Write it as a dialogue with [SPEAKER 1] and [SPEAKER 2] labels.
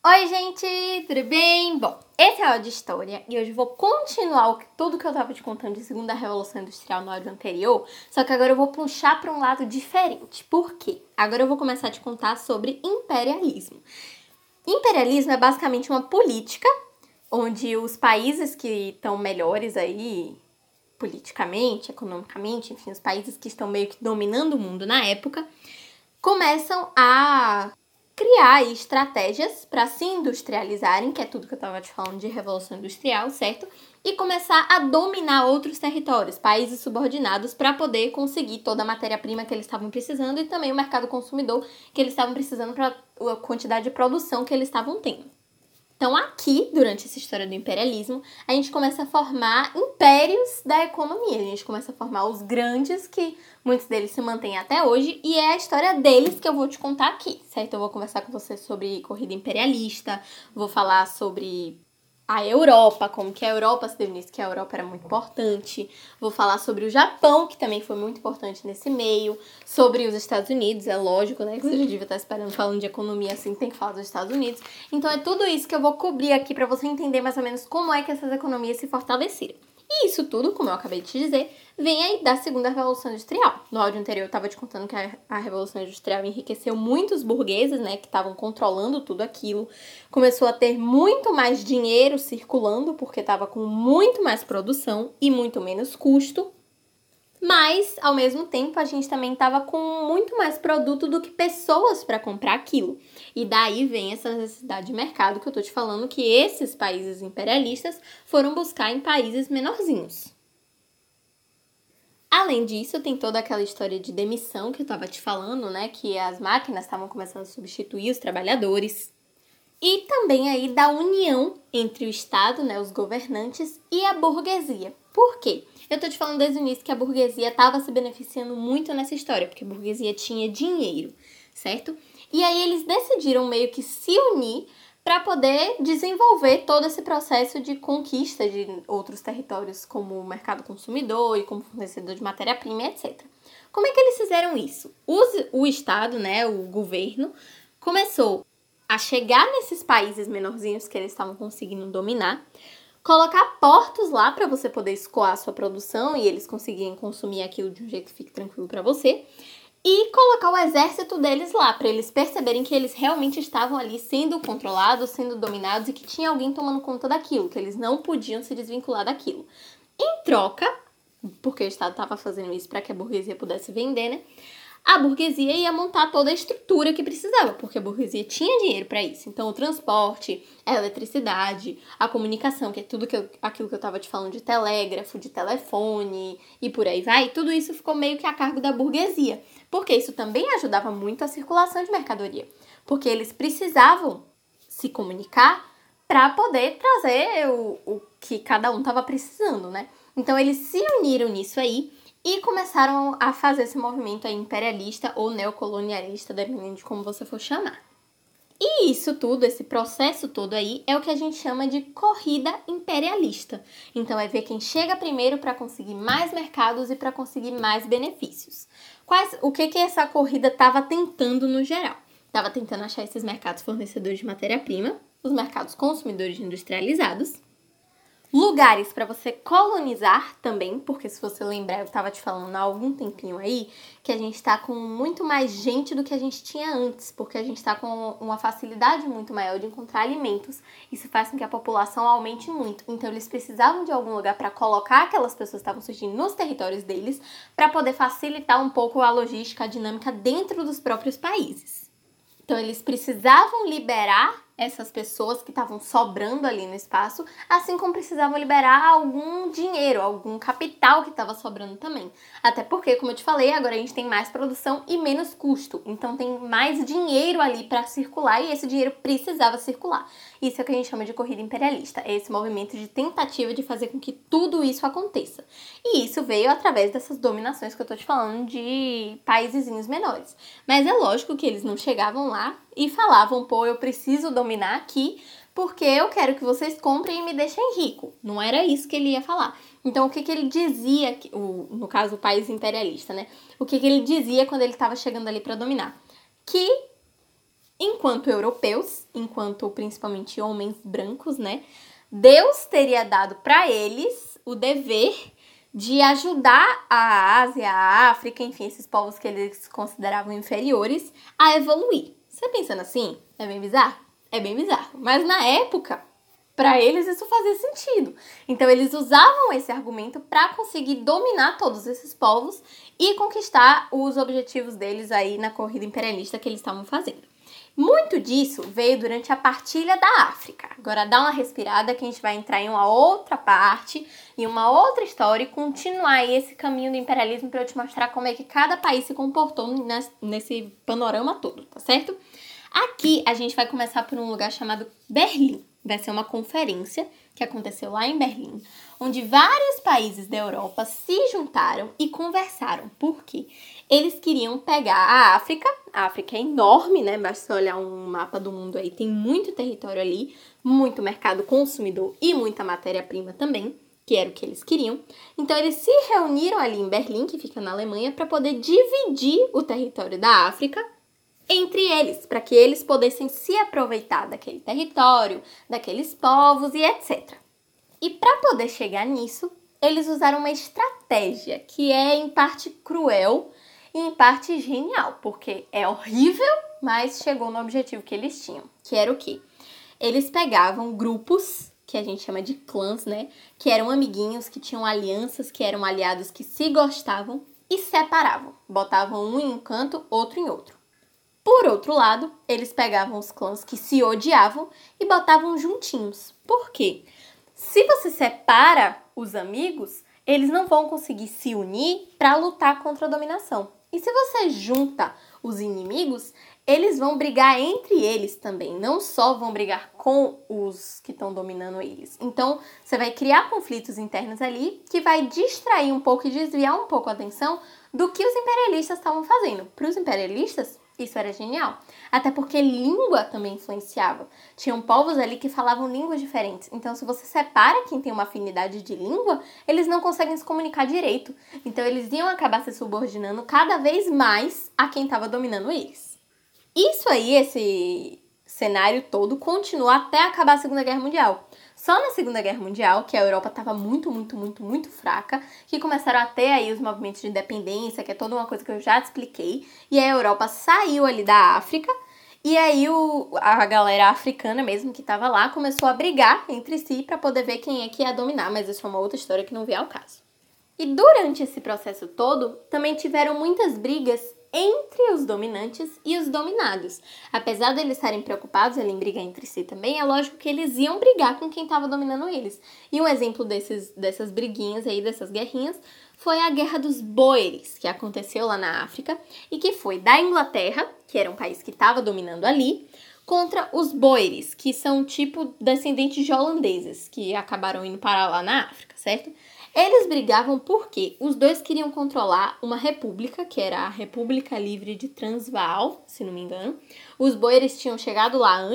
[SPEAKER 1] Oi, gente, tudo bem? Bom, esse é o áudio de história e hoje eu vou continuar tudo que eu tava te contando de Segunda Revolução Industrial no áudio anterior, só que agora eu vou puxar para um lado diferente. Por quê? Agora eu vou começar a te contar sobre imperialismo. Imperialismo é basicamente uma política onde os países que estão melhores aí, politicamente, economicamente, enfim, os países que estão meio que dominando o mundo na época, começam a criar estratégias para se industrializarem, que é tudo que eu estava te falando de revolução industrial, certo? E começar a dominar outros territórios, países subordinados, para poder conseguir toda a matéria-prima que eles estavam precisando e também o mercado consumidor que eles estavam precisando para a quantidade de produção que eles estavam tendo. Então, aqui, durante essa história do imperialismo, a gente começa a formar impérios da economia. A gente começa a formar os grandes, que muitos deles se mantêm até hoje, e é a história deles que eu vou te contar aqui, certo? Eu vou conversar com você sobre corrida imperialista, vou falar sobre a Europa, como que a Europa se deu nisso, que a Europa era muito importante. Vou falar sobre o Japão, que também foi muito importante nesse meio. Sobre os Estados Unidos, é lógico, né? Que você já devia estar esperando falando de economia assim, tem que falar dos Estados Unidos. Então é tudo isso que eu vou cobrir aqui para você entender mais ou menos como é que essas economias se fortaleceram. E isso tudo, como eu acabei de te dizer, vem aí da segunda Revolução Industrial. No áudio anterior eu estava te contando que a Revolução Industrial enriqueceu muitos burgueses, né, que estavam controlando tudo aquilo. Começou a ter muito mais dinheiro circulando, porque estava com muito mais produção e muito menos custo. Mas, ao mesmo tempo, a gente também estava com muito mais produto do que pessoas para comprar aquilo. E daí vem essa necessidade de mercado que eu tô te falando que esses países imperialistas foram buscar em países menorzinhos. Além disso, tem toda aquela história de demissão que eu tava te falando, né? Que as máquinas estavam começando a substituir os trabalhadores. E também aí da união entre o Estado, né, os governantes, e a burguesia. Por quê? Eu tô te falando desde o início que a burguesia estava se beneficiando muito nessa história, porque a burguesia tinha dinheiro, certo? E aí eles decidiram meio que se unir para poder desenvolver todo esse processo de conquista de outros territórios como o mercado consumidor e como fornecedor de matéria-prima, etc. Como é que eles fizeram isso? O Estado, né, o governo, começou a chegar nesses países menorzinhos que eles estavam conseguindo dominar, colocar portos lá para você poder escoar a sua produção e eles conseguirem consumir aquilo de um jeito que fique tranquilo para você, e colocar o exército deles lá, para eles perceberem que eles realmente estavam ali sendo controlados, sendo dominados e que tinha alguém tomando conta daquilo, que eles não podiam se desvincular daquilo. Em troca, porque o Estado estava fazendo isso para que a burguesia pudesse vender, né? A burguesia ia montar toda a estrutura que precisava, porque a burguesia tinha dinheiro para isso. Então, o transporte, a eletricidade, a comunicação, que é tudo aquilo que eu estava te falando de telégrafo, de telefone e por aí vai, tudo isso ficou meio que a cargo da burguesia, porque isso também ajudava muito a circulação de mercadoria, porque eles precisavam se comunicar para poder trazer o que cada um estava precisando, né? Então, eles se uniram nisso aí e começaram a fazer esse movimento aí imperialista ou neocolonialista, dependendo de como você for chamar. E isso tudo, esse processo todo aí, é o que a gente chama de corrida imperialista. Então, é ver quem chega primeiro para conseguir mais mercados e para conseguir mais benefícios. O que essa corrida estava tentando no geral? Estava tentando achar esses mercados fornecedores de matéria-prima, os mercados consumidores industrializados, lugares para você colonizar também, porque se você lembrar, eu estava te falando há algum tempinho aí, que a gente está com muito mais gente do que a gente tinha antes, porque a gente está com uma facilidade muito maior de encontrar alimentos. Isso faz com que a população aumente muito. Então, eles precisavam de algum lugar para colocar aquelas pessoas que estavam surgindo nos territórios deles, para poder facilitar um pouco a logística, a dinâmica dentro dos próprios países. Então, eles precisavam liberar essas pessoas que estavam sobrando ali no espaço, assim como precisavam liberar algum dinheiro, algum capital que estava sobrando também. Até porque, como eu te falei, agora a gente tem mais produção e menos custo. Então, tem mais dinheiro ali para circular e esse dinheiro precisava circular. Isso é o que a gente chama de corrida imperialista. É esse movimento de tentativa de fazer com que tudo isso aconteça. E isso veio através dessas dominações que eu tô te falando de paisezinhos menores. Mas é lógico que eles não chegavam lá e falavam, pô, eu preciso dominar aqui porque eu quero que vocês comprem e me deixem rico. Não era isso que ele ia falar. Então, o que ele dizia, no caso, o país imperialista, né? O que ele dizia quando ele estava chegando ali para dominar? Que enquanto europeus, enquanto principalmente homens brancos, né? Deus teria dado para eles o dever de ajudar a Ásia, a África, enfim, esses povos que eles consideravam inferiores, a evoluir. Você pensando assim, é bem bizarro? É bem bizarro. Mas na época, para eles isso fazia sentido. Então eles usavam esse argumento para conseguir dominar todos esses povos e conquistar os objetivos deles aí na corrida imperialista que eles estavam fazendo. Muito disso veio durante a partilha da África. Agora dá uma respirada que a gente vai entrar em uma outra parte, em uma outra história e continuar aí esse caminho do imperialismo para eu te mostrar como é que cada país se comportou nesse panorama todo, tá certo? Aqui a gente vai começar por um lugar chamado Berlim. Vai ser uma conferência que aconteceu lá em Berlim, onde vários países da Europa se juntaram e conversaram. Por quê? Eles queriam pegar a África é enorme, né? Basta olhar um mapa do mundo aí, tem muito território ali, muito mercado consumidor e muita matéria-prima também, que era o que eles queriam. Então eles se reuniram ali em Berlim, que fica na Alemanha, para poder dividir o território da África entre eles, para que eles pudessem se aproveitar daquele território, daqueles povos e etc. E para poder chegar nisso, eles usaram uma estratégia que é em parte cruel e em parte genial, porque é horrível, mas chegou no objetivo que eles tinham, que era o quê? Eles pegavam grupos, que a gente chama de clãs, né? Que eram amiguinhos, que tinham alianças, que eram aliados que se gostavam e separavam. Botavam um em um canto, outro em outro. Por outro lado, eles pegavam os clãs que se odiavam e botavam juntinhos. Por quê? Se você separa os amigos, eles não vão conseguir se unir para lutar contra a dominação. E se você junta os inimigos, eles vão brigar entre eles também, não só vão brigar com os que estão dominando eles. Então, você vai criar conflitos internos ali que vai distrair um pouco e desviar um pouco a atenção do que os imperialistas estavam fazendo. Para os imperialistas, isso era genial. Até porque língua também influenciava. Tinham povos ali que falavam línguas diferentes. Então, se você separa quem tem uma afinidade de língua, eles não conseguem se comunicar direito. Então, eles iam acabar se subordinando cada vez mais a quem estava dominando eles. Isso aí, esse cenário todo, continuou até acabar a Segunda Guerra Mundial. Só na Segunda Guerra Mundial, que a Europa estava muito fraca, que começaram a ter aí os movimentos de independência, que é toda uma coisa que eu já te expliquei, e a Europa saiu ali da África, e aí a galera africana mesmo que estava lá começou a brigar entre si para poder ver quem é que ia dominar, mas isso é uma outra história que não vem ao caso. E durante esse processo todo, também tiveram muitas brigas entre os dominantes e os dominados. Apesar de eles estarem preocupados em brigar entre si também, é lógico que eles iam brigar com quem estava dominando eles. E um exemplo dessas briguinhas aí, dessas guerrinhas, foi a Guerra dos Boeres, que aconteceu lá na África, e que foi da Inglaterra, que era um país que estava dominando ali, contra os Boeres, que são tipo descendentes de holandeses, que acabaram indo parar lá na África, certo? Eles brigavam porque os dois queriam controlar uma república, que era a República Livre de Transvaal, se não me engano. Os boeres tinham chegado lá antes